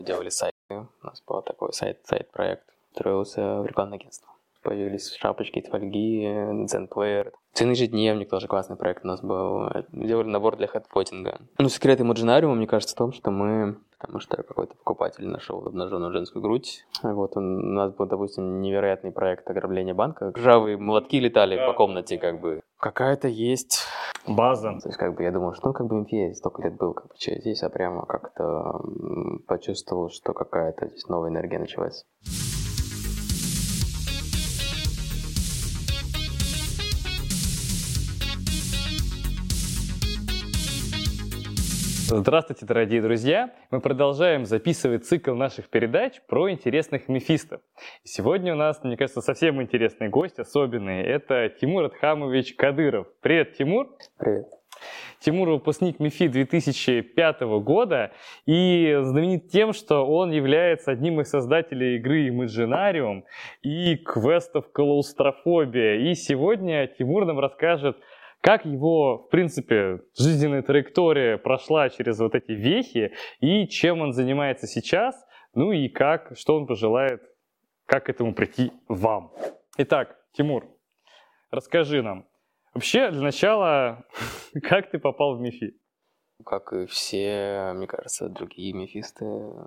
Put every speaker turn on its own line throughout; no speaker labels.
Делали сайты, у нас был такой сайт-проект, строился в рекламное агентство. Появились шапочки из фольги, Zen-плеер. Ценный ежедневник, тоже классный проект у нас был. Делали набор для хедпотинга. Секрет Imaginarium, мне кажется, в том, что потому что какой-то покупатель нашел обнаженную женскую грудь. Вот у нас был, допустим, невероятный проект ограбления банка. Ржавые молотки летали по комнате, Какая-то есть
база.
То есть, я думал, что, я столько лет был, здесь, а прямо как-то почувствовал, что какая-то здесь новая энергия началась.
Здравствуйте, дорогие друзья! Мы продолжаем записывать цикл наших передач про интересных мефистов. И сегодня у нас, мне кажется, совсем интересный гость, особенный. Это Тимур Адхамович Кадыров. Привет, Тимур!
Привет!
Тимур выпускник МИФИ 2005 года и знаменит тем, что он является одним из создателей игры Imaginarium и квестов Клаустрофобия. И сегодня Тимур нам расскажет, как его, в принципе, жизненная траектория прошла через вот эти вехи и чем он занимается сейчас, и что он пожелает, как к этому прийти вам. Итак, Тимур, расскажи нам. Вообще, для начала, как ты попал в МИФИ?
Как и все, мне кажется, другие мефисты,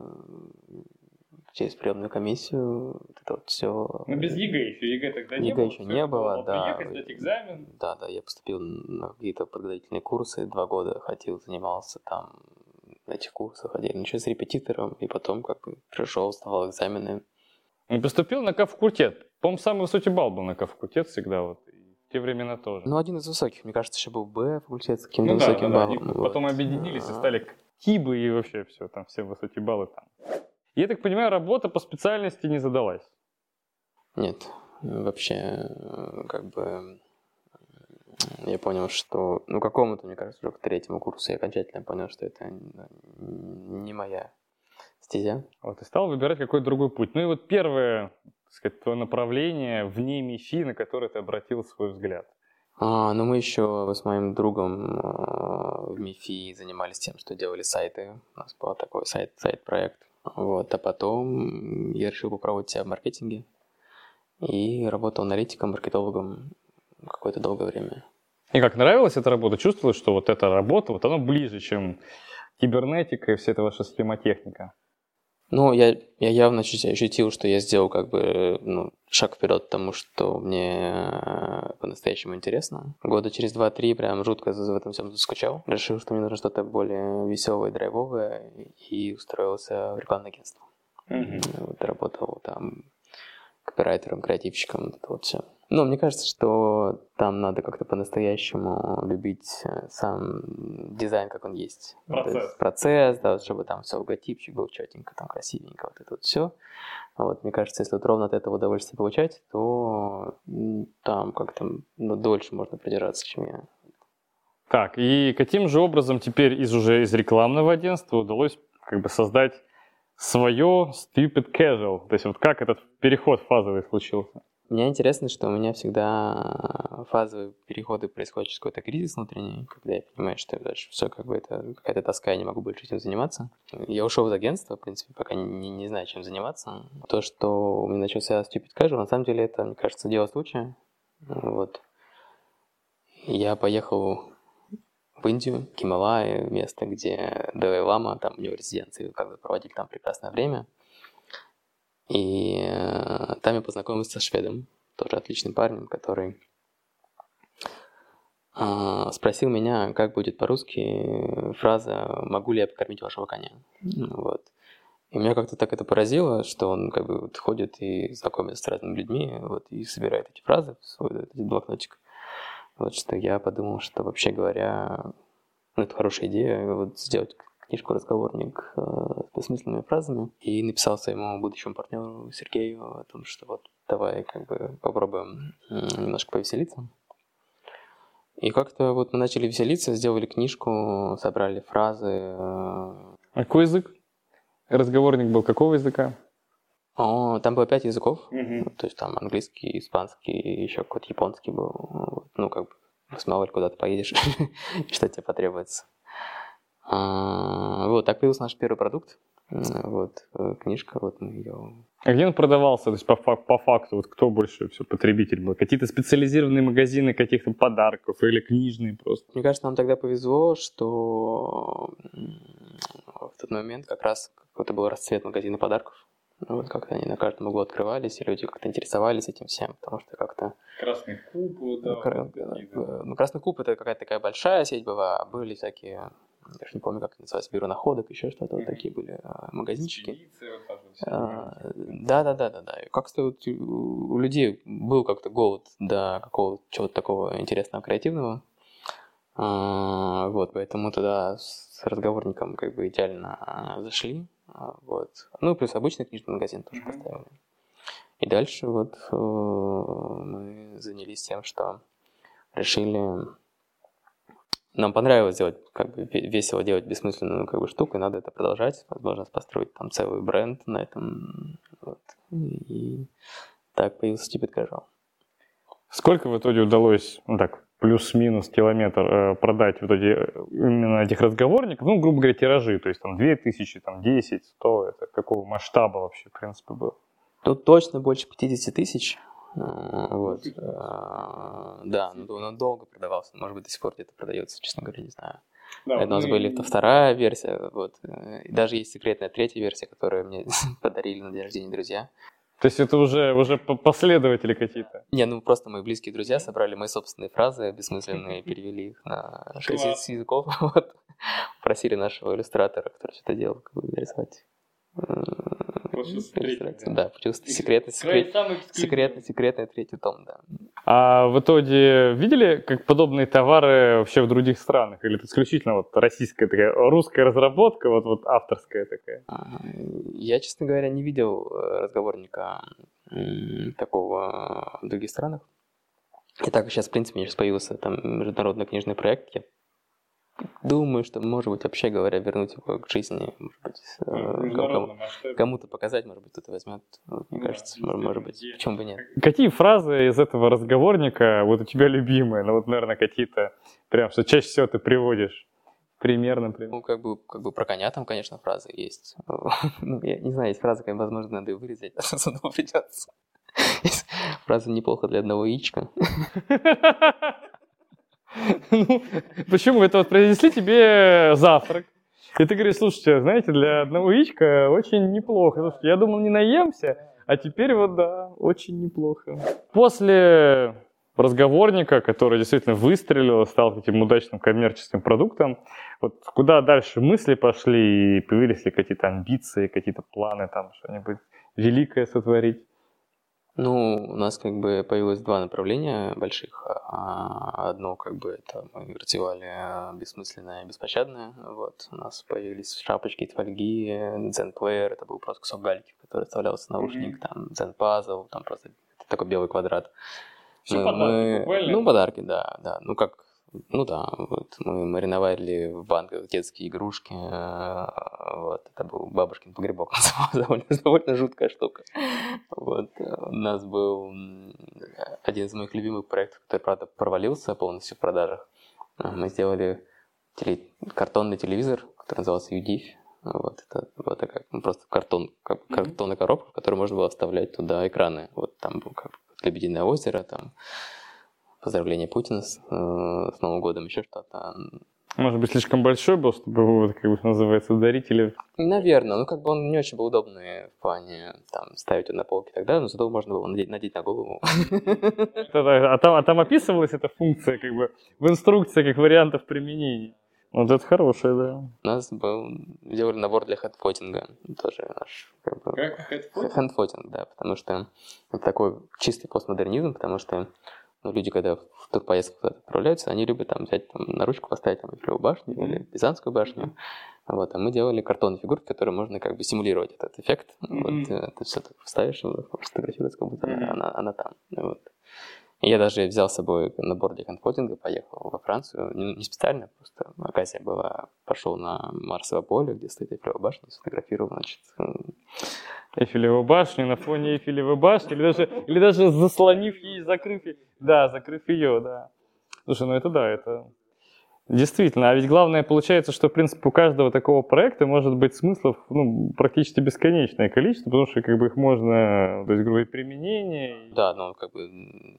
через приемную комиссию, это все.
Без ЕГЭ еще, ЕГЭ тогда не было.
ЕГЭ еще не было, да.
Приехать, сдать экзамен.
Да, я поступил на какие-то подготовительные курсы, 2 года ходил, занимался там на этих курсах, ходил еще с репетитором, и потом пришел, сдавал экзамены.
И поступил на кафакультет. По-моему, самый высокий балл был на кафакультет всегда, в те времена тоже.
Один из высоких, мне кажется, еще был Б-факультет с каким-то высоким баллом.
Потом объединились и стали КИБы, и вообще все, там все высокие баллы там. Я так понимаю, работа по специальности не задалась?
Нет, вообще, я понял, что, какому-то, мне кажется, уже к 3-му курсу я окончательно понял, что это не моя стезя.
И стал выбирать какой-то другой путь. И первое, так сказать, твое направление вне МИФИ, на которое ты обратил свой взгляд.
Мы еще с моим другом в МИФИ занимались тем, что делали сайты. У нас был такой сайт-проект. А потом я решил попробовать себя в маркетинге и работал аналитиком, маркетологом какое-то долгое время.
И как, нравилась эта работа? Чувствовалось, что эта работа, она ближе, чем кибернетика и вся эта ваша схемотехника?
Я явно ощутил, что я сделал шаг вперед к тому, что мне по-настоящему интересно. Года через 2-3 прям жутко в этом всем заскучал. Решил, что мне нужно что-то более веселое, драйвовое, и устроился в рекламное агентство. Работал там копирайтером, креативщиком, все. Мне кажется, что там надо как-то по-настоящему любить сам дизайн, как он есть. Процесс, да, чтобы там все, логотипчик был четенько, там красивенько, это все. Мне кажется, если ровно от этого удовольствие получать, то там как-то дольше можно придержаться, чем я.
Так, и каким же образом теперь из рекламного агентства удалось создать свое Stupid Casual? То есть как этот переход фазовый случился?
Мне интересно, что у меня всегда фазовые переходы происходят через какой-то кризис внутренний, когда я понимаю, что дальше все это какая-то тоска, я не могу больше этим заниматься. Я ушел из агентства, в принципе, пока не знаю, чем заниматься. То, что у меня начался Stupid Casual, на самом деле это, мне кажется, дело случая. Я поехал в Индию, Гималаи, место, где Далай-лама, там у него резиденции, проводили там прекрасное время. И там я познакомился с шведом, тоже отличным парнем, который спросил меня, как будет по-русски фраза «могу ли я покормить вашего коня?». И меня как-то так это поразило, что он ходит и знакомится с разными людьми, и собирает эти фразы в свой этот блокнотик. Что я подумал, что вообще говоря, это хорошая идея, сделать книжку-разговорник с бессмысленными фразами, и написал своему будущему партнеру Сергею о том, что давай попробуем немножко повеселиться. И как-то мы начали веселиться, сделали книжку, собрали фразы.
Какой язык? Разговорник был какого языка?
Там было 5 языков, то есть там английский, испанский, еще какой-то японский был. Мало ли куда ты поедешь, что тебе потребуется. Так появился наш первый продукт. Вот, книжка, вот мы ее...
А где он продавался? То есть по факту, вот кто больше все потребитель был? Какие-то специализированные магазины каких-то подарков или книжные просто?
Мне кажется, нам тогда повезло, что в тот момент как раз какой-то был расцвет магазина подарков. Вот как-то они на каждом углу открывались, и люди как-то интересовались этим всем, потому что как-то...
Красный куб, да.
Ну, Красный куб — это какая-то такая большая сеть была, а были всякие, я же не помню, как это называется, бюро находок, еще что-то, вот такие были магазинчики. Да. И как-то вот у людей был как-то голод до какого-то чего-то такого интересного, креативного. Вот, поэтому тогда с разговорником как бы идеально зашли. Вот. Ну, плюс обычный книжный магазин тоже поставили. И дальше вот мы занялись тем, что решили... Нам понравилось делать, как бы весело делать бессмысленную как бы штуку, и надо это продолжать. Возможно, построить там целый бренд на этом. Вот. И так появился Stupid Casual.
Сколько в итоге удалось, ну так, плюс-минус километр продать в итоге именно этих разговорников? Ну, грубо говоря, тиражи, то есть там 2000, там 10, 100, это какого масштаба вообще, в принципе, было?
Тут точно больше 50 тысяч. Вот. Да, но он долго продавался. Может быть, до сих пор где-то продается, честно говоря, не знаю. Да, это у нас была вторая версия. Вот. И даже есть секретная третья версия, которую мне подарили на день рождения друзья.
То есть это уже последователи какие-то?
Не, ну просто мои близкие друзья собрали мои собственные фразы бессмысленные, перевели их на 6 языков. Вот. Просили нашего иллюстратора, который все это делал, как бы нарисовать. Да, почувствовать секретный третий том, да.
А в итоге видели, как подобные товары вообще в других странах? Или это исключительно вот российская такая, русская разработка, вот авторская такая?
Я, честно говоря, не видел разговорника такого в других странах. И так сейчас, в принципе, у меня сейчас появился там международный книжный проект. Я думаю, что, может быть, вообще говоря, вернуть его к жизни, может быть, кому-то показать, может быть, кто-то возьмет. Вот, мне кажется, может быть, почему бы нет.
Какие фразы из этого разговорника вот у тебя любимые? Ну, вот, наверное, какие-то прям, что чаще всего ты приводишь. Примерно.
Ну, как бы про коня там, конечно, фразы есть. Я не знаю, есть фразы, возможно, надо ее вырезать, а снова придется. Фраза «неплохо для одного яичка».
Ну, почему? Это вот принесли тебе завтрак, и ты говоришь: слушайте, знаете, для одного яичка очень неплохо. Слушайте, я думал, не наемся, а теперь вот да, очень неплохо. После разговорника, который действительно выстрелил, стал таким удачным коммерческим продуктом, вот куда дальше мысли пошли, и появились ли какие-то амбиции, какие-то планы, там что-нибудь великое сотворить?
Ну, у нас как бы появилось два направления больших. Одно как бы это мы развивали бессмысленное и беспощадное. Вот. У нас появились шапочки из фольги, Zen Player, это был просто кусок гальки, в который вставлялся наушник, там Zen Puzzle, там просто такой белый квадрат.
Все подарки, буквально?
Ну, подарки, да. Ну, как... Ну да, вот мы мариновали в банках детские игрушки, вот, это был бабушкин погребок, довольно жуткая штука. Вот, у нас был один из моих любимых проектов, который, правда, провалился полностью в продажах. Мы сделали картонный телевизор, который назывался UDIF. Вот, это как просто картонная коробка, в которую можно было вставлять туда экраны. Вот там был как «Лебединое озеро», там поздравление Путина с Новым годом, еще что-то.
Может быть, слишком большой был, чтобы его, как бы называется, ударить или...
Наверное, ну как бы он не очень был удобный в плане там ставить его на полке и так далее, но зато можно было надеть на голову.
А там описывалась эта функция как бы в инструкции как вариантов применения? Вот это хорошее, да.
У нас делали набор для хэндфотинга, тоже наш как бы...
Как
хэндфотинг, да, потому что это такой чистый постмодернизм, потому что люди, когда в турпоездку отправляются, они любят там взять на ручку, поставить там Эйфелеву башню или Пизанскую башню. Вот, а мы делали картонные фигурки, которые можно как бы симулировать этот эффект. Вот, ты все так вставишь, фотографируется, как будто она там. Вот. И я даже взял с собой набор для хэндфотинга, поехал во Францию. Не специально, просто оказия была. Пошел на Марсово поле, где стоит Эйфелева башня, сфотографировал, значит...
Эйфелеву башню на фоне Эйфелевой башни, или даже заслонив ей, закрыв ее, да. Слушай, ну это да, это Действительно, а ведь главное получается, что, в принципе, у каждого такого проекта может быть смыслов практически бесконечное количество, потому что как бы их можно, то есть, грубо говоря, применение.
Да, ну, как бы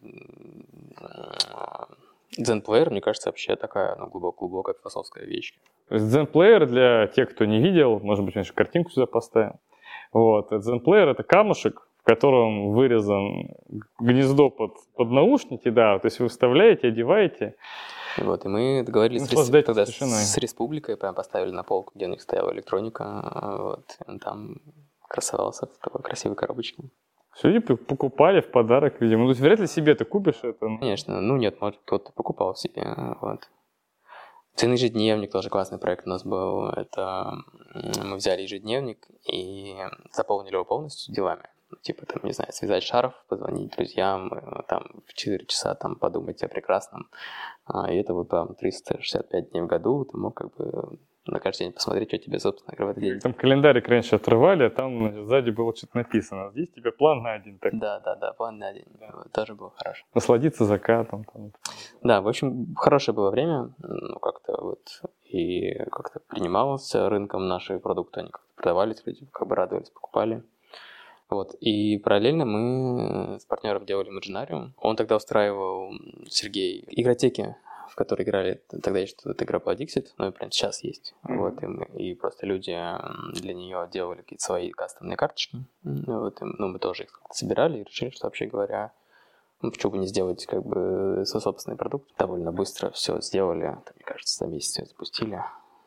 Zenplayer, мне кажется, вообще такая глубокая философская вещь.
То есть Zenplayer, для тех, кто не видел, может быть, конечно, картинку сюда поставим. Вот, Zenplayer — это камушек, в котором вырезан гнездо под наушники, да, то есть вы вставляете, одеваете.
Вот, и мы договорились тогда с республикой, прям поставили на полку, где у них стояла электроника, вот, и он там красовался в такой красивой коробочке.
Все, люди покупали в подарок, видимо. Ну, то есть вряд ли себе ты купишь это.
Конечно, ну нет, может, кто-то покупал себе, вот. Ценный ежедневник тоже классный проект у нас был. Это мы взяли ежедневник и заполнили его полностью делами. Типа, там, не знаю, связать шарф, позвонить друзьям, там, в 4 часа там подумать о прекрасном. И это вот там 365 дней в году. Ты мог как бы на каждый день посмотреть, что тебе, собственно говоря, в этот день.
Там календарик раньше отрывали, а там сзади было что-то написано. Здесь тебе план на день. Так.
Да, план на день. Да. Вот, тоже было хорошо.
Насладиться закатом. Там.
Да, в общем, хорошее было время. Ну, как-то вот и как-то принимался рынком наши продукты. Они как-то продавались, люди как бы радовались, покупали. Вот. И параллельно мы с партнером делали Imaginarium. Он тогда устраивал, Сергей, игротеки, в которой играли, тогда еще эта игра была Dixit, но и прям сейчас есть. Вот, и просто люди для нее делали какие-то свои кастомные карточки. Вот, и, мы тоже их собирали и решили, что, вообще говоря, почему бы не сделать как бы свой собственный продукт. Довольно быстро все сделали, там, мне кажется, за месяц все запустили.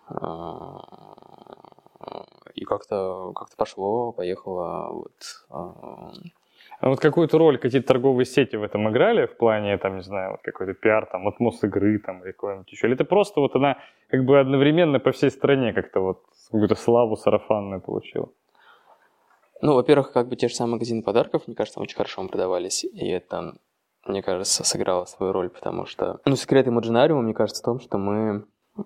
И как-то пошло, поехало. Вот.
А вот какую-то роль какие-то торговые сети в этом играли в плане, там, не знаю, вот какой-то пиар, там, атмос игры, там, или какой-нибудь еще? Или это просто вот она как бы одновременно по всей стране как-то вот какую-то славу сарафанную получила?
Ну, во-первых, как бы те же самые магазины подарков, мне кажется, очень хорошо мы продавались. И это, мне кажется, сыграло свою роль, потому что... Ну, секрет Imaginarium, мне кажется, в том, что мы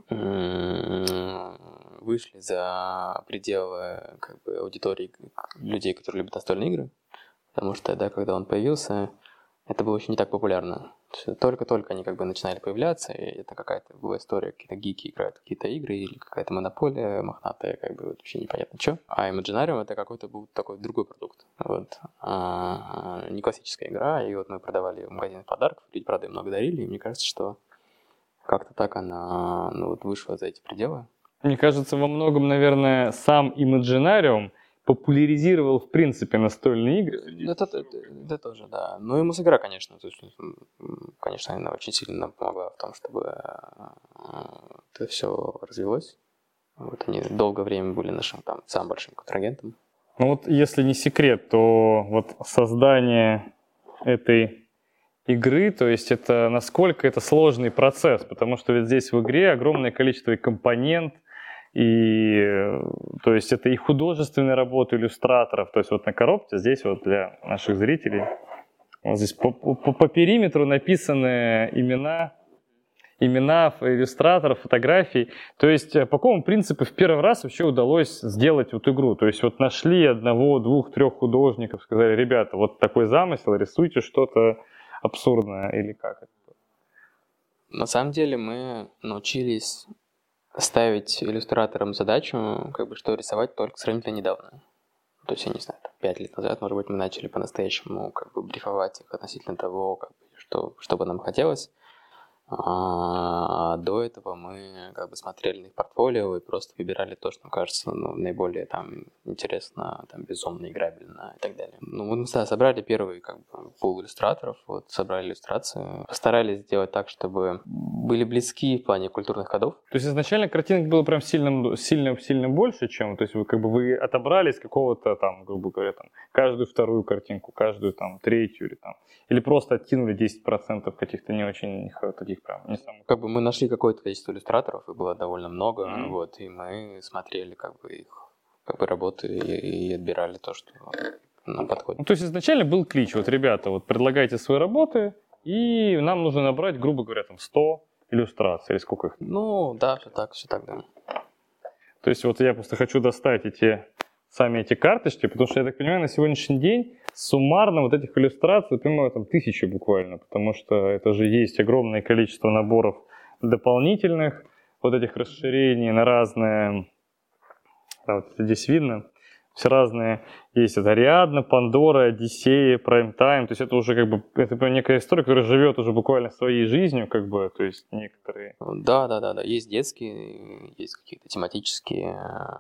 вышли за пределы как бы аудитории людей, которые любят настольные игры. Потому что, да, когда он появился, это было еще не так популярно. Только-только они как бы начинали появляться, и это какая-то была история, какие-то гики играют в какие-то игры, или какая-то монополия мохнатая, как бы вообще непонятно что. А Imaginarium — это какой-то был такой другой продукт. Вот. Не классическая игра, и вот мы продавали в магазинах подарков, люди, правда, много дарили, и мне кажется, что как-то так она вышла за эти пределы.
Мне кажется, во многом, наверное, сам Imaginarium популяризировал, в принципе, настольные игры.
Это тоже, да. Ну и музыка, конечно. То есть, конечно, она очень сильно помогла в том, чтобы это все развилось. Вот они долгое время были нашим там самым большим контрагентом.
Ну вот, если не секрет, то вот создание этой игры, то есть это насколько это сложный процесс, потому что ведь здесь в игре огромное количество компонент, и то есть это и художественная работа иллюстраторов, то есть вот на коробке здесь вот для наших зрителей вот здесь по периметру написаны имена иллюстраторов, фотографий. То есть по какому принципу в первый раз вообще удалось сделать вот игру? То есть вот нашли одного, двух, трех художников, сказали: ребята, вот такой замысел, рисуйте что-то абсурдное, или как это?
На самом деле мы научились ставить иллюстраторам задачу, как бы, что рисовать только сравнительно недавно. То есть, я не знаю, 5 лет назад, может быть, мы начали по-настоящему как бы брифовать их относительно того, как бы, что бы нам хотелось. А до этого мы как бы смотрели на их портфолио и просто выбирали то, что нам кажется наиболее там интересно, там, безумно играбельно и так далее. Ну, мы собрали первый как бы пул иллюстраторов, вот, собрали иллюстрации, постарались сделать так, чтобы были близки в плане культурных кодов.
То есть изначально картинок было прям сильно больше, чем, то есть вы как бы вы отобрали из какого-то там, грубо говоря, там, каждую вторую картинку, каждую там третью или просто откинули 10% каких-то не очень таких прям не самых.
Как бы мы нашли какое-то количество иллюстраторов, их было довольно много, вот, и мы смотрели как бы их как бы работы и отбирали то, что нам подходит.
Ну, то есть изначально был клич: вот, ребята, вот предлагайте свои работы, и нам нужно набрать, грубо говоря, там 100 иллюстраций, или сколько их?
Ну, да, все так, да.
То есть вот я просто хочу достать сами эти карточки, потому что, я так понимаю, на сегодняшний день суммарно вот этих иллюстраций, понимаю, там 1000 буквально, потому что это же есть огромное количество наборов дополнительных вот этих расширений на разные, да, вот здесь видно, все разные, есть это Ариадна, Пандора, Одиссея, Прайм-тайм, то есть это уже как бы, это некая история, которая живет уже буквально своей жизнью, как бы, то есть некоторые...
Да, есть детские, есть какие-то тематические,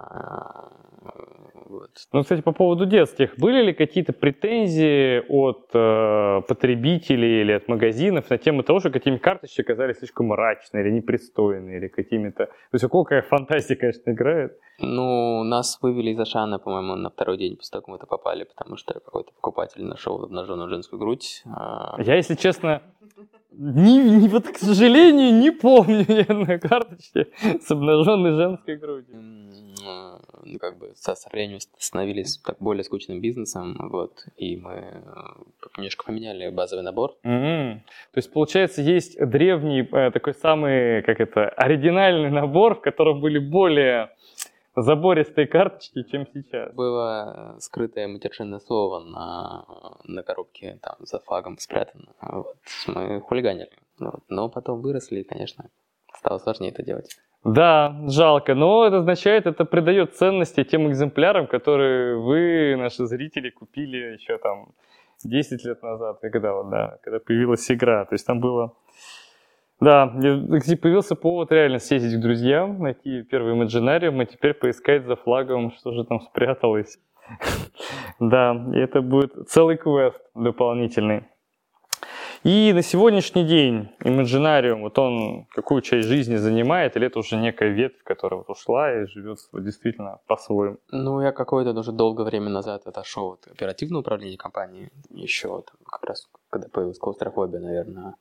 вот.
Ну, кстати, по поводу детских, были ли какие-то претензии от потребителей или от магазинов на тему того, что какие-нибудь карточки оказались слишком мрачные или непристойные, или какими-то... То есть, какая фантазия, конечно, играет.
Ну, нас вывели из Ашана, по-моему, на второй день после того, как мы это попали, потому что какой-то покупатель нашел обнаженную женскую грудь.
Я, если честно, вот, к сожалению, не помню ни одной карточки с обнаженной женской грудью.
Ну, как бы со временем становились так более скучным бизнесом, вот, и мы немножко поменяли базовый набор.
То есть, получается, есть древний такой самый, как это, оригинальный набор, в котором были более забористые карточки, чем сейчас.
Было скрытое матершинное слово на коробке, там, за флагом спрятано. Вот. Мы хулиганили. Вот. Но потом выросли, и, конечно, стало сложнее это делать.
Да, жалко, но это означает, это придает ценности тем экземплярам, которые вы, наши зрители, купили еще там 10 лет назад, когда появилась игра. То есть там было... Да, появился повод реально съездить к друзьям, найти первый Imaginarium, и теперь поискать за флагом, что же там спряталось. Да, и это будет целый квест дополнительный. И на сегодняшний день Imaginarium, вот он какую часть жизни занимает, или это уже некая ветвь, которая вот ушла и живет действительно по-своему?
Ну, я какое-то уже долгое время назад отошел от оперативного управления компанией, еще там, как раз когда появилась клаустрофобия, наверное.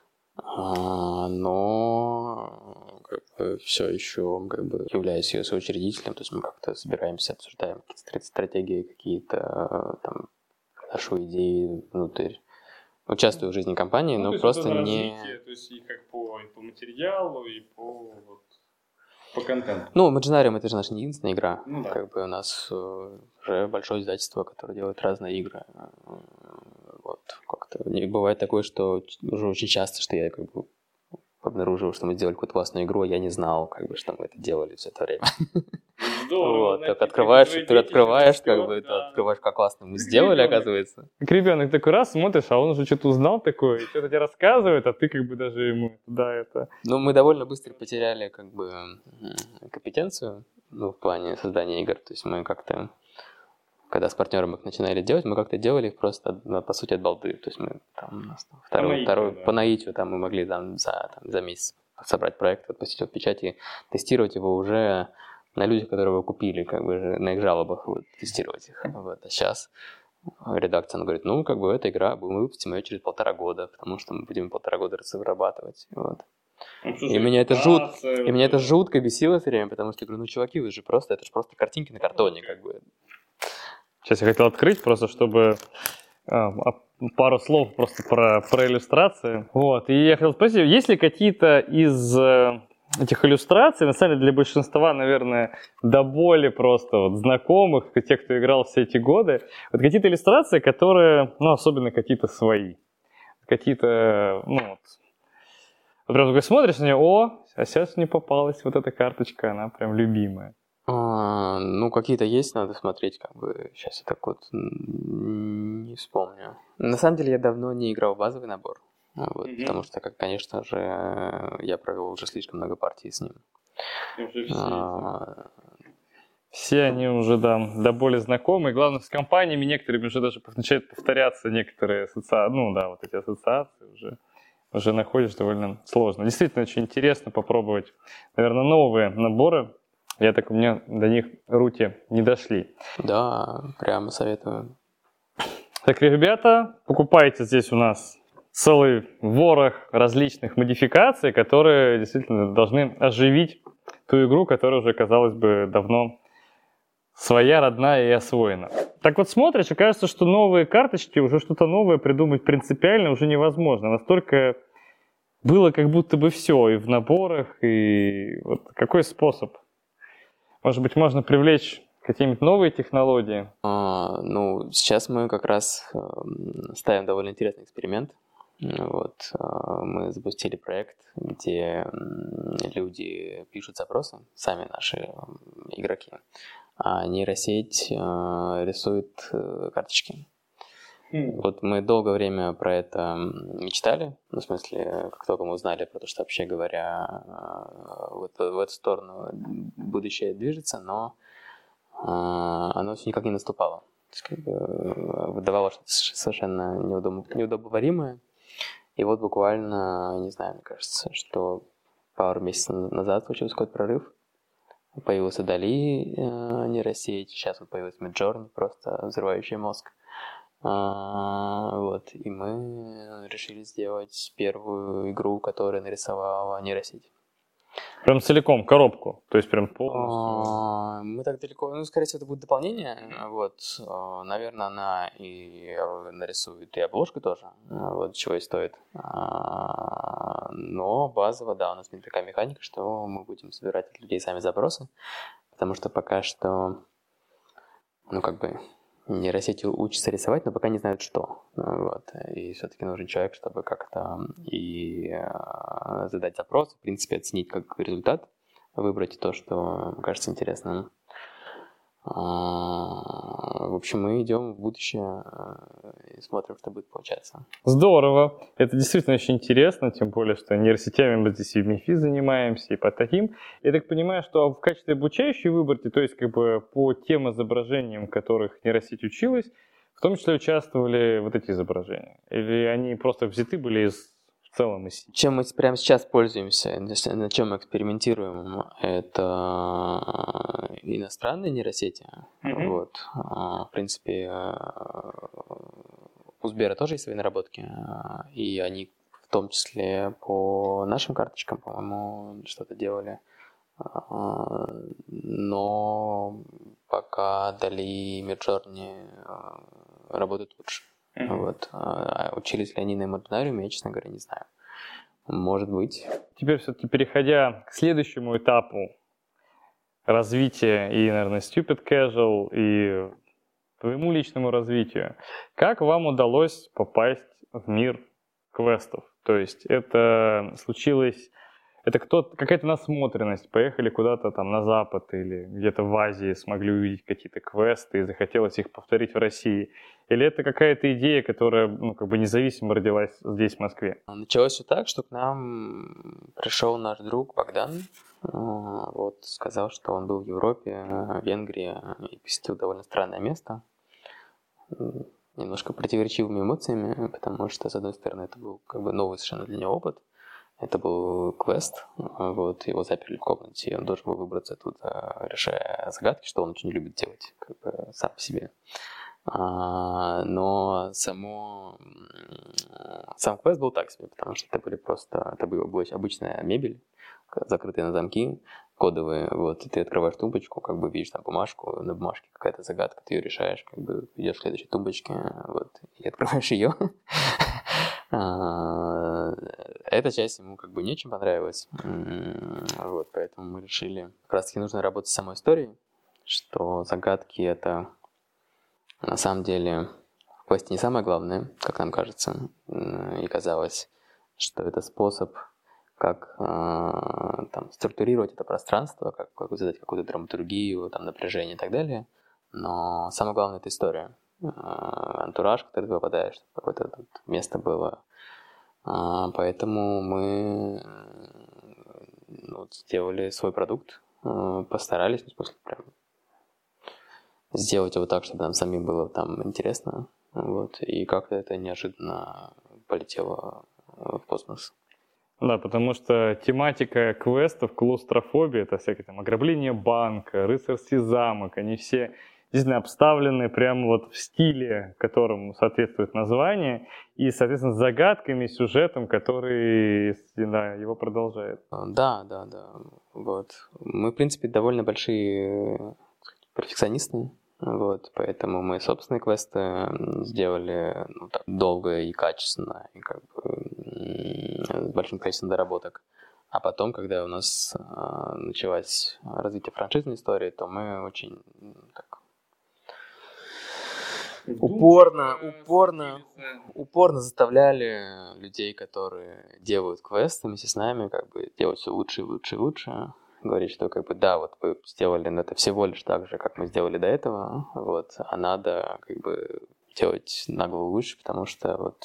Но как бы, все еще как бы, являюсь ее соучредителем, то есть мы как-то собираемся, обсуждаем какие-то стратегии, какие-то там, ношу идеи внутрь. Участвую в жизни компании, но просто не...
Развитие, то есть и как по материалу, и по контенту.
Ну, Imaginarium — это же наша не единственная игра.
Ну, да.
Как бы у нас уже большое издательство, которое делает разные игры. Вот, как-то бывает такое, что уже очень часто, что я как бы обнаружил, что мы сделали какую-то классную игру, а я не знал, как бы, что мы это делали все это время.
Здорово.
Вот, так открываешь, как бы, открываешь, как классно мы сделали, оказывается.
Как ребенок такой раз смотришь, а он уже что-то узнал такое, и что-то тебе рассказывает, а ты как бы даже ему, да, это...
Ну, мы довольно быстро потеряли, как бы, компетенцию, ну, в плане создания игр, то есть мы как-то... Когда с партнером их начинали делать, мы как-то делали их просто, по сути, от балды. То есть мы там второй по наитию там, мы могли там, за месяц собрать проект, отпустить его в печать и тестировать его уже на людях, которые его купили, как бы на их жалобах, вот, тестировать их. Вот. А сейчас редакция она говорит, ну, как бы эта игра, мы выпустим ее через 1,5 года, потому что мы будем 1,5 года разрабатывать. Вот. И меня это жутко бесило все время, потому что я говорю, ну, чуваки, это же просто картинки на картоне, как бы.
Сейчас я хотел открыть, просто чтобы пару слов просто про иллюстрации. Вот. И я хотел спросить, есть ли какие-то из этих иллюстраций, на самом деле для большинства, наверное, до боли просто вот знакомых, тех, кто играл все эти годы, вот какие-то иллюстрации, которые, ну, особенно какие-то свои, какие-то, ну, вот прям такой смотришь на нее, а сейчас мне попалась вот эта карточка, она прям любимая.
Ну, какие-то есть, надо смотреть, как бы, сейчас я так вот не вспомню. На самом деле, я давно не играл в базовый набор, вот, потому что, конечно же, я провел уже слишком много партий с ним.
Все они уже, да, до боли знакомы. Главное, с компаниями некоторыми уже даже начинают повторяться некоторые ассоциации, ну да, вот эти ассоциации уже находишь довольно сложно. Действительно, очень интересно попробовать, наверное, новые наборы. У меня до них руки не дошли.
Да, прямо советую.
Так, ребята, покупайте здесь у нас целый ворох различных модификаций, которые действительно должны оживить ту игру, которая уже, казалось бы, давно своя, родная и освоена. Так вот смотришь, и кажется, что новые карточки, уже что-то новое придумать принципиально уже невозможно. Настолько было как будто бы все и в наборах, и вот какой способ? Может быть, можно привлечь какие-нибудь новые технологии?
Ну, сейчас мы как раз ставим довольно интересный эксперимент. Вот, мы запустили проект, где люди пишут запросы, сами наши игроки, а нейросеть рисует карточки. Вот мы долгое время про это мечтали, ну, в смысле, как только мы узнали про то, что, вообще говоря, вот в эту сторону будущее движется, но оно все никак не наступало. То есть, как бы, выдавало что-то совершенно неудобоваримое. И вот буквально, не знаю, мне кажется, что пару месяцев назад случился какой-то прорыв. Появился DALL-E нейросеть, сейчас вот появилась Midjourney, просто взрывающая мозг. Вот, и мы решили сделать первую игру, которая нарисовала нейросеть.
Прям целиком, коробку, то есть прям полностью?
Мы так далеко, ну, скорее всего, это будет дополнение, вот, наверное, она и нарисует и обложку тоже, вот, чего и стоит, но базово, да, у нас будет такая механика, что мы будем собирать от людей сами запросы, потому что пока что, ну, как бы, нейросети учатся рисовать, но пока не знают, что. Вот. И все-таки нужен человек, чтобы как-то и задать запрос, в принципе, оценить как результат, выбрать то, что кажется интересным. В общем, мы идем в будущее и смотрим, что будет получаться.
Здорово. Это действительно очень интересно, тем более, что нейросетями мы здесь и в МИФИ занимаемся, и по таким. Я так понимаю, что в качестве обучающей выборки, то есть как бы по тем изображениям, которых нейросеть училась, в том числе участвовали вот эти изображения? Или они просто взяты были в целом из...
Чем мы прямо сейчас пользуемся, на чем мы экспериментируем, это иностранные нейросети. Вот. В принципе, у Сбера тоже есть свои наработки, и они в том числе по нашим карточкам, по-моему, что-то делали. Но пока DALL-E и Midjourney работают лучше. Вот. Учились ли они на Imaginarium, я, честно говоря, не знаю. Может быть.
Теперь все-таки переходя к следующему этапу развития и, наверное, Stupid Casual, и твоему личному развитию. Как вам удалось попасть в мир квестов? То есть это случилось... Это какая-то насмотренность, поехали куда-то там на Запад или где-то в Азии, смогли увидеть какие-то квесты и захотелось их повторить в России? Или это какая-то идея, которая, ну, как бы независимо родилась здесь, в Москве?
Началось все так, что к нам пришел наш друг Богдан, вот, сказал, что он был в Европе, в Венгрии и посетил довольно странное место, немножко противоречивыми эмоциями, потому что, с одной стороны, это был как бы новый совершенно для него опыт. Это был квест, вот, его заперли в комнате, и он должен был выбраться оттуда, решая загадки, что он очень любит делать, как бы сам по себе. Но сам квест был так себе, потому что это была обычная мебель, закрытая на замки, кодовые, вот, и ты открываешь тумбочку, как бы видишь там бумажку, на бумажке какая-то загадка, ты ее решаешь, как бы идешь к следующей тумбочке, вот, и открываешь ее. Эта часть ему как бы не очень понравилась, вот, поэтому мы решили, как раз таки нужно работать с самой историей, что загадки это на самом деле в квесте не самое главное, как нам кажется, и казалось, что это способ, как там, структурировать это пространство, как задать какую-то драматургию, там, напряжение и так далее, но самое главное это история. Антураж, когда ты попадаешь, чтобы какое-то место было. Поэтому мы сделали свой продукт, постарались, прям сделать его так, чтобы нам самим было там интересно. Вот, и как-то это неожиданно полетело в космос.
Да, потому что тематика квестов, клаустрофобия, это всякое там ограбление банка, рыцарский замок, они все действительно обставлены прямо вот в стиле, которому соответствует название, и, соответственно, с загадками, сюжетом, который, да, его продолжает.
Да. Вот. Мы, в принципе, довольно большие перфекционисты, вот, поэтому мы собственные квесты сделали так, долго и качественно, и как бы с большим количеством доработок. А потом, когда у нас началось развитие франшизной истории, то мы очень так упорно заставляли людей, которые делают квесты вместе с нами, как бы делать все лучше и лучше и лучше. Говорить, что как бы да, вот вы сделали это всего лишь так же, как мы сделали до этого, вот, а надо как бы делать на голову выше, потому что вот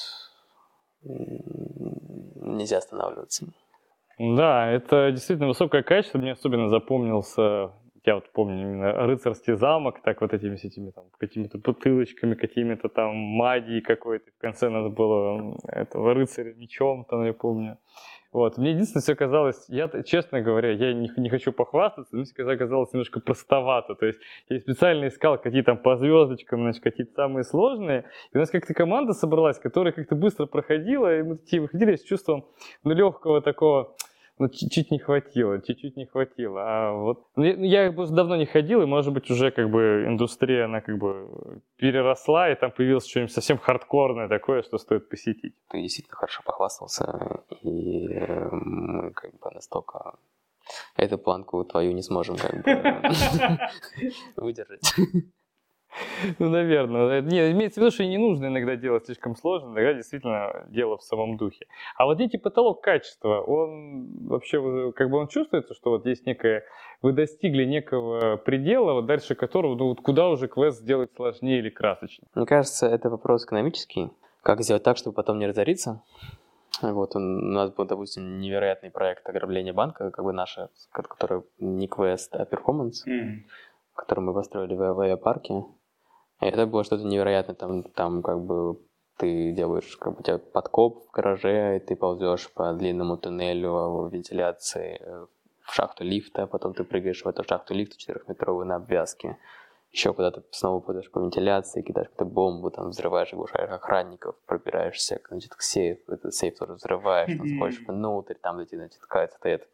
нельзя останавливаться.
Да, это действительно высокое качество. Мне особенно запомнился, я вот помню именно рыцарский замок, так вот этими там какими-то бутылочками, какими-то там магией какой-то. В конце надо было этого рыцаря мечом, там я помню. Вот. Мне единственное все казалось, я, честно говоря, я не хочу похвастаться, но мне казалось немножко простовато. То есть я специально искал какие там по звездочкам, значит, какие-то самые сложные. И у нас как-то команда собралась, которая как-то быстро проходила, и мы такие выходили с чувством, ну, легкого такого, ну, чуть-чуть не хватило. А вот я просто давно не ходил, и, может быть, уже как бы индустрия, она как бы переросла, и там появилось что-нибудь совсем хардкорное такое, что стоит посетить.
Ты действительно хорошо похвастался, и мы как бы настолько эту планку твою не сможем как бы выдержать.
Ну, наверное. Не, имеется в виду, что и не нужно иногда делать слишком сложно, иногда действительно дело в самом духе. А вот некий потолок качества, он вообще уже, как бы он чувствуется, что вот есть некое, вы достигли некого предела, вот дальше которого, ну вот куда уже квест сделать сложнее или красочнее?
Мне кажется, это вопрос экономический. Как сделать так, чтобы потом не разориться? Вот у нас был, допустим, невероятный проект ограбления банка, как бы наш, который не квест, а перформанс, который мы построили в авиапарке. И это было что-то невероятное. Там как бы ты делаешь, как бы у тебя подкоп в гараже, и ты ползешь по длинному туннелю вентиляции в шахту лифта, потом ты прыгаешь в эту шахту лифта 4-метровую на обвязке. Еще куда-то снова пойдешь по вентиляции, кидаешь какую-то бомбу, там взрываешь, оглушаешь охранников, пробираешься, значит, к сейфу, этот сейф тоже взрываешь, там заходишь внутрь, там где, значит, какая-то стоит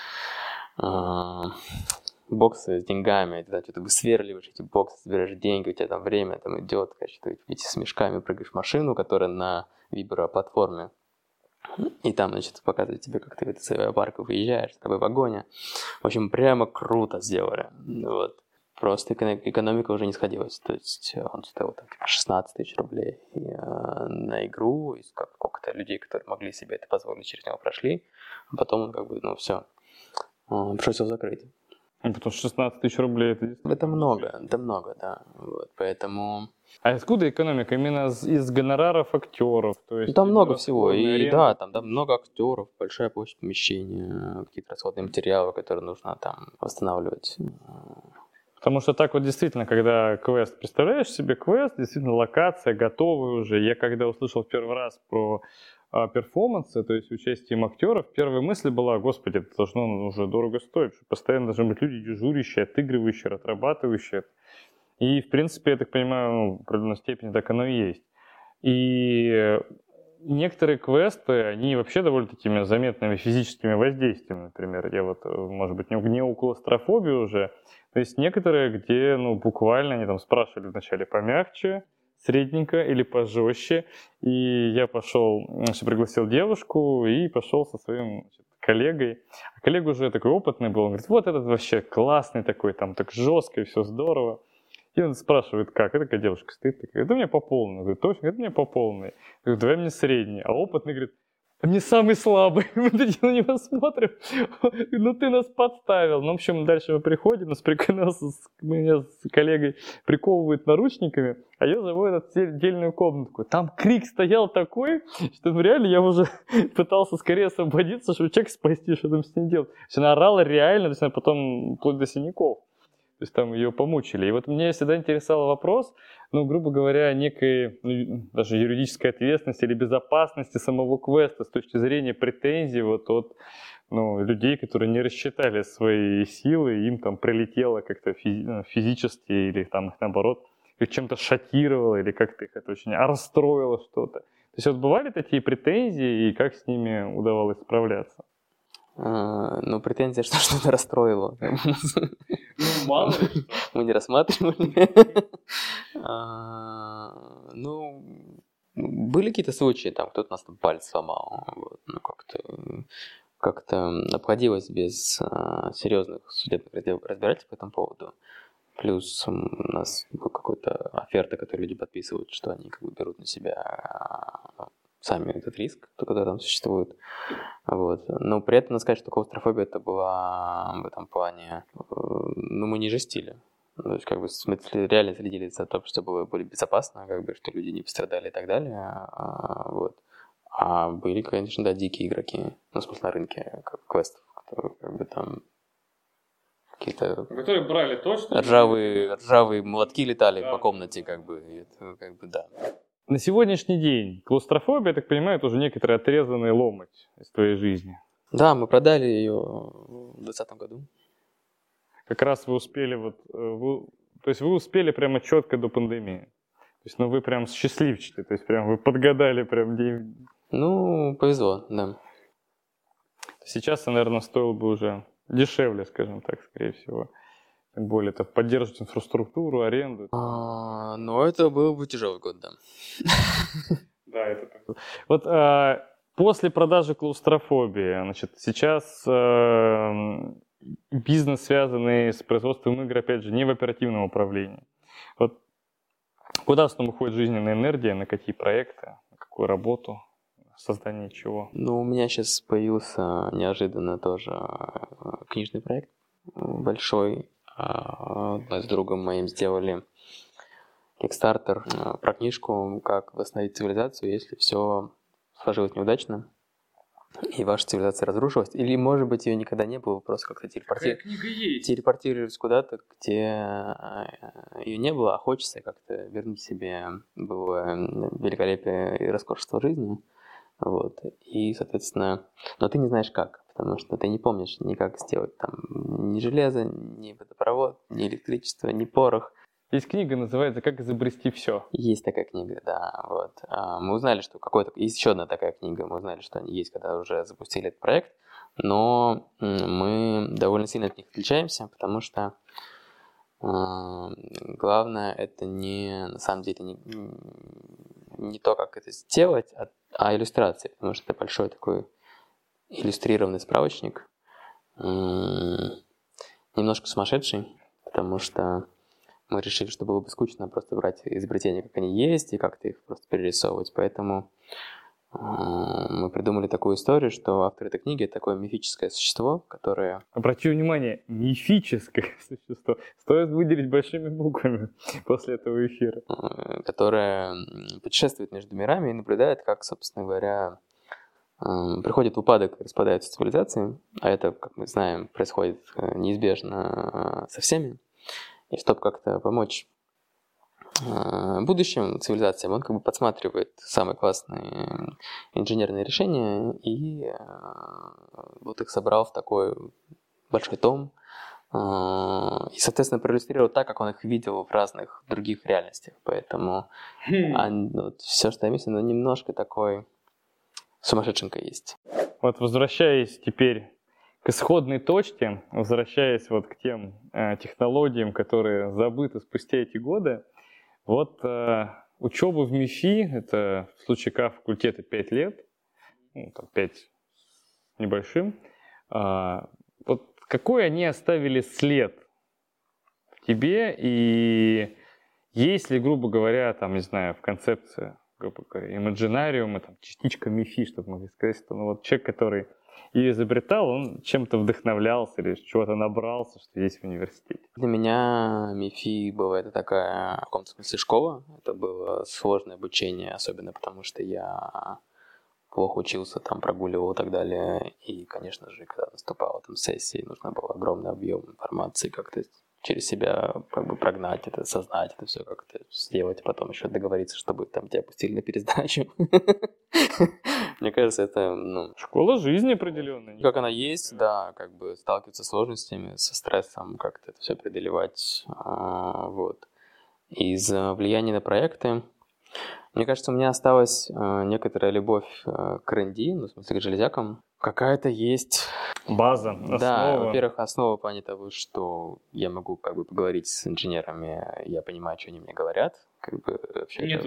боксы с деньгами, ты там что-то высверливаешь эти боксы, собираешь деньги, у тебя там время там идет, короче, ты эти с мешками прыгаешь в машину, которая на вибро-платформе, и там, значит, показывает тебе, как ты в этот авиапарк выезжаешь, с тобой в вагоне. В общем, прямо круто сделали, вот. Просто экономика уже не сходилась. То есть он стоил там 16 тысяч рублей на игру. И сколько-то людей, которые могли себе это позволить, через него прошли. А потом он как бы, ну все, пришлось его закрыть.
Потому что 16 тысяч рублей
это много, да. Вот, поэтому...
А откуда экономика? Именно из гонораров актеров? То есть
там много всего. И да, там много актеров, большая площадь помещения, какие-то расходные материалы, которые нужно там восстанавливать.
Потому что так вот действительно, когда квест, представляешь себе квест, действительно локация готовая уже. Я когда услышал в первый раз про перформансы, то есть участием актеров, первая мысль была, господи, это должно уже дорого стоить, что постоянно должны быть люди дежурящие, отыгрывающие, отрабатывающие. И, в принципе, я так понимаю, ну, в определенной степени так оно и есть. И некоторые квесты, они вообще довольно такими заметными физическими воздействиями, например. Я вот, может быть, не у клаустрофобии уже. То есть некоторые, где, ну, буквально они там спрашивали вначале помягче, средненько или пожестче. И я пошел, значит, пригласил девушку и пошел со своим, значит, коллегой. А коллега уже такой опытный был. Он говорит, вот этот вообще классный такой, там так жестко и все здорово. И он спрашивает, как? И такая девушка стоит, такая, это у меня по полной. Говорит, точно? Это у меня по полной. Я говорю, давай мне средний. А опытный говорит, а мне самый слабый. Мы на него смотрим, ну ты нас подставил. Ну, в общем, дальше мы приходим, меня с коллегой приковывают наручниками, а я заводят в отдельную комнатку. Там крик стоял такой, что ну, реально я уже пытался скорее освободиться, чтобы человека спасти, что там с ним делать. Она орала реально, то есть она потом вплоть до синяков. То есть там ее помучили. И вот меня всегда интересовал вопрос, ну, грубо говоря, некой, ну, даже юридической ответственности или безопасности самого квеста с точки зрения претензий вот от, ну, людей, которые не рассчитали свои силы, им там прилетело как-то физически или там их наоборот их чем-то шокировало или как-то их это очень расстроило что-то. То есть вот бывали такие претензии и как с ними удавалось справляться?
Ну, претензия, что что-то расстроило.
Ну, мало ли что.
Мы не рассматривали. Ну, были какие-то случаи, там кто-то нас там палец сломал. Вот, ну, как-то обходилось без серьезных судебных разбирательств по этому поводу. Плюс у нас была какая-то оферта, которую люди подписывают, что они как бы берут на себя сами этот риск, который там существует. Вот. Но при этом надо сказать, что клаустрофобия это была в этом плане, ну, мы не жестили. То есть, как бы, мы реально следили за тем, чтобы было более безопасно, как бы, что люди не пострадали и так далее. Вот. А были, конечно, да, дикие игроки, ну, в смысле, на рынке, как квестов, которые, как бы, там какие-то...
Которые брали точно.
Ржавые молотки летали по комнате, как бы, да.
На сегодняшний день клаустрофобия, я так понимаю, это уже некоторый отрезанный ломоть из твоей жизни.
Да, мы продали ее в 2020 году.
Как раз вы успели то есть вы успели прямо четко до пандемии. То есть, ну, вы прям счастливчики, то есть прям вы подгадали прям день.
Ну, повезло, да.
Сейчас, наверное, стоило бы уже дешевле, скажем так, скорее всего. Тем более, это поддерживать инфраструктуру, аренду.
Но это был бы тяжелый год, да.
Да, это так. Вот после продажи клаустрофобии, значит, сейчас бизнес, связанный с производством игр, опять же, не в оперативном управлении. Вот куда в основном уходит жизненная энергия, на какие проекты, на какую работу, создание чего?
Ну, у меня сейчас появился неожиданно тоже книжный проект большой. Мы с другом моим сделали Kickstarter про книжку «Как восстановить цивилизацию, если все сложилось неудачно, и ваша цивилизация разрушилась». Или, может быть, ее никогда не было, просто как-то телепортировались куда-то, где ее не было, а хочется как-то вернуть себе было великолепие и роскошество жизни. Вот. И, соответственно, но ты не знаешь как, потому что ты не помнишь ни как сделать там ни железо, ни водопровод, ни электричество, ни порох.
Есть книга, называется «Как изобрести все».
Есть такая книга, да. Вот. Мы узнали, что есть еще одна такая книга, мы узнали, что они есть, когда уже запустили этот проект, но мы довольно сильно от них отличаемся, потому что главное это на самом деле не то, как это сделать, а иллюстрации, потому что это большой такой иллюстрированный справочник, немножко сумасшедший, потому что мы решили, что было бы скучно просто брать изобретения, как они есть, и как-то их просто перерисовывать. Поэтому мы придумали такую историю, что автор этой книги — это такое мифическое существо, которое...
Обрати внимание, мифическое существо. Стоит выделить большими буквами после этого эфира.
Которое путешествует между мирами и наблюдает, как, собственно говоря, приходит в упадок и распадаются цивилизации, а это, как мы знаем, происходит неизбежно со всеми. И чтобы как-то помочь будущим цивилизациям, он как бы подсматривает самые классные инженерные решения и вот их собрал в такой большой том и, соответственно, проиллюстрировал так, как он их видел в разных других реальностях. Поэтому вот все, что я мыслю, немножко такой сумасшедшенько есть.
Вот возвращаясь теперь к исходной точке, возвращаясь вот к тем технологиям, которые забыты спустя эти годы, вот учеба в МИФИ, это в случае факультета 5 лет, ну, там 5 с небольшим, вот какой они оставили след в тебе, и есть ли, грубо говоря, там, не знаю, в концепции, грубо говоря, имаджинариума, там, частичка МИФИ, чтобы могли сказать, что ну, вот человек, который и изобретал, он чем-то вдохновлялся или чего-то набрался, что есть в университете.
Для меня МИФИ была это такая, в каком-то смысле, школа. Это было сложное обучение, особенно потому что я плохо учился, там прогуливал и так далее. И, конечно же, когда наступала там сессия, нужно было огромный объем информации как-то через себя как бы прогнать это, сознать это все как-то сделать, а потом еще договориться, чтобы там тебя пустили на пересдачу. Мне кажется, это,
школа жизни определенная.
Как она есть, да, как бы сталкиваться с сложностями, со стрессом, как-то это все преодолевать, вот. Из влияния на проекты, мне кажется, у меня осталась некоторая любовь к R&D, ну, в смысле, к железякам. Какая-то есть...
база, основа.
Да, во-первых, основа в плане того, что я могу как бы поговорить с инженерами, я понимаю, что они мне говорят. Как бы вообще...
Нет,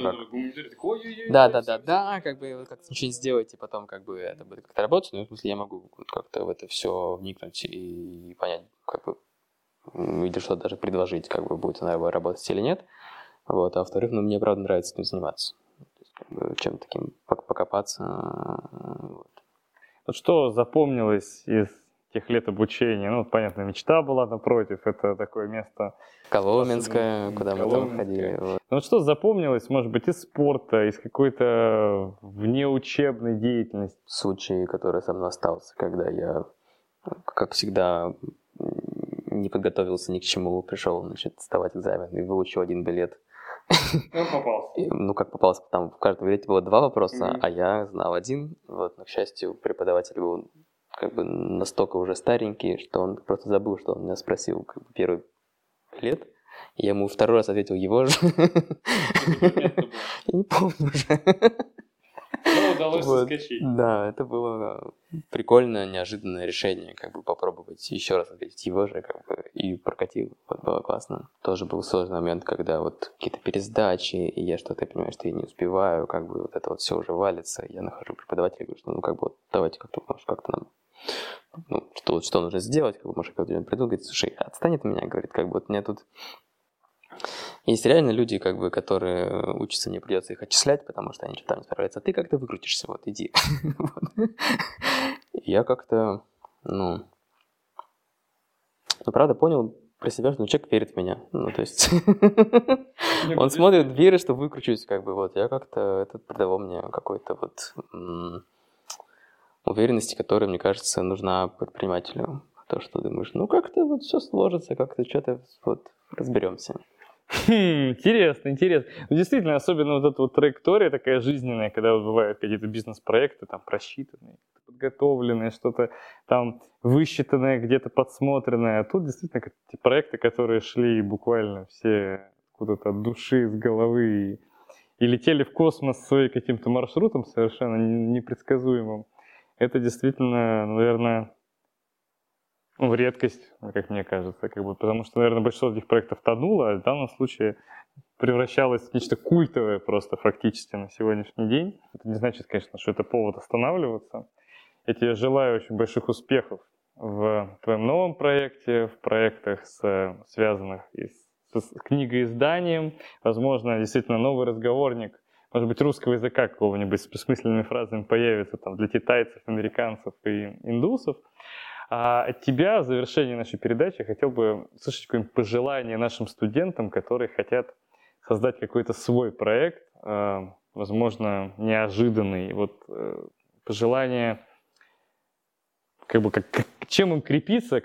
да, как бы как-то ничего не сделать, и потом как бы это будет как-то работать, но в смысле я могу как-то в это все вникнуть и понять, как бы или что-то даже предложить, как бы будет она работать или нет. Вот. А во-вторых, ну, мне, правда, нравится этим заниматься. То есть, как бы, чем-то таким покопаться. Вот.
Вот что запомнилось из тех лет обучения? Ну, понятно, мечта была напротив, это такое место...
Коломенское, куда мы там ходили. Вот.
Ну, вот что запомнилось, может быть, из спорта, из какой-то внеучебной деятельности?
Случай, который со мной остался, когда я, как всегда, не подготовился ни к чему, пришел, значит, сдавать экзамен и выучил один билет.
Он попался.
Ну, как попался, там в каждом билете было 2 вопроса, а я знал один. Вот, но, к счастью, преподаватель был как бы настолько уже старенький, что он просто забыл, что он меня спросил как бы, первый билет. Я ему 2-й раз ответил его же. Я не помню уже.
Но удалось соскочить.
Да, это было прикольное, неожиданное решение, как бы попробовать еще раз ответить его же, как бы, и прокатил. Вот, было классно. Тоже был сложный момент, когда вот какие-то пересдачи, и я что-то понимаю, что я не успеваю, как бы вот это вот все уже валится. Я нахожу преподавателя и говорю, что ну как бы вот давайте как-то, может, как-то нам, ну, что нужно сделать, как бы, может, как-то придумать. Говорит, слушай, отстань от меня, говорит, как бы вот мне тут... Есть реально люди, как бы, которые учатся, мне придется их отчислять, потому что они что-то там не справляются. А ты как-то выкрутишься, вот, иди. Я как-то, правда понял про себя, что человек верит в меня. Ну, то есть, он смотрит, верит, что выкручусь, как бы, вот. Я как-то, это придало мне какой-то вот уверенности, которая, мне кажется, нужна предпринимателю. То, что думаешь, ну, как-то вот все сложится, как-то что-то вот разберемся.
Интересно, интересно. Ну, действительно, особенно вот эта вот траектория такая жизненная, когда вот бывают какие-то бизнес-проекты там просчитанные, подготовленные, что-то там высчитанное, где-то подсмотренное. А тут действительно эти проекты, которые шли буквально все куда-то от души, с головы и летели в космос своим каким-то маршрутом совершенно непредсказуемым. Это действительно, наверное... Ну, редкость, как мне кажется, как бы, потому что, наверное, большинство этих проектов тонуло, а в данном случае превращалось в нечто культовое просто фактически на сегодняшний день. Это не значит, конечно, что это повод останавливаться. Я тебе желаю очень больших успехов в твоем новом проекте, в проектах, связанных с книгоизданием. Возможно, действительно новый разговорник, может быть, русского языка какого-нибудь с бессмысленными фразами появится там для китайцев, американцев и индусов. А от тебя в завершении нашей передачи я хотел бы услышать какое-нибудь пожелание нашим студентам, которые хотят создать какой-то свой проект, возможно, неожиданный. Вот пожелание, как бы, чем им крепиться,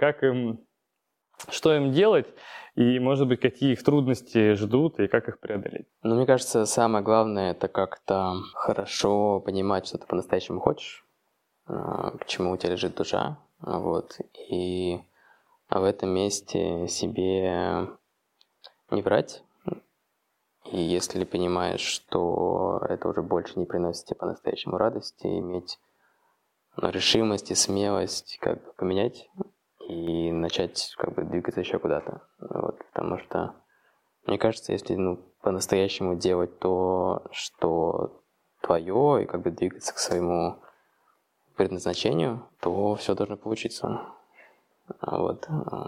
что им делать, и, может быть, какие их трудности ждут, и как их преодолеть.
Ну, мне кажется, самое главное – это как-то хорошо понимать, что ты по-настоящему хочешь, к чему у тебя лежит душа. Вот. И в этом месте себе не врать. И если понимаешь, что это уже больше не приносит тебе по-настоящему радости, иметь решимость и смелость как бы поменять и начать как бы двигаться еще куда-то. Вот. Потому что, мне кажется, если по-настоящему делать то, что твое, и как бы двигаться к своему предназначению, то все должно получиться. Вот.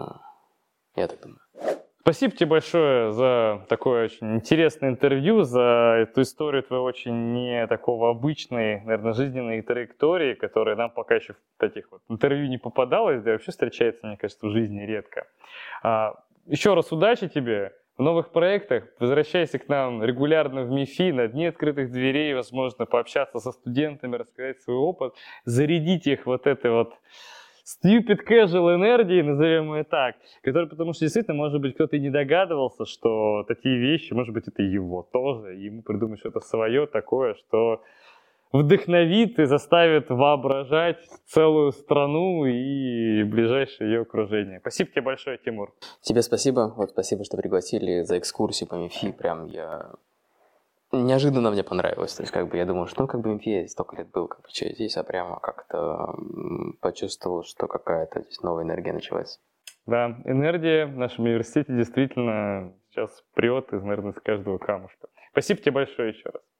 Я так думаю.
Спасибо тебе большое за такое очень интересное интервью, за эту историю твоей очень не такого обычной, наверное, жизненной траектории, которая нам пока еще в таких вот интервью не попадалась, да и вообще встречается, мне кажется, в жизни редко. Еще раз удачи тебе в новых проектах. Возвращайся к нам регулярно в МИФИ, на дни открытых дверей, возможно, пообщаться со студентами, рассказать свой опыт, зарядить их вот этой вот stupid casual энергией, назовем ее так, который, потому что действительно, может быть, кто-то и не догадывался, что такие вещи, может быть, это его тоже, и ему придумать что-то свое такое, что вдохновит и заставит воображать целую страну и ближайшее ее окружение. Спасибо тебе большое, Тимур.
Тебе спасибо. Вот спасибо, что пригласили за экскурсию по МИФИ. Прям неожиданно мне понравилось. То есть, как бы я думал, что МИФИ я столько лет был, как бы что здесь, а прямо как-то почувствовал, что какая-то здесь новая энергия началась.
Да, энергия в нашем университете действительно сейчас прет, наверное, из каждого камушка. Спасибо тебе большое еще раз.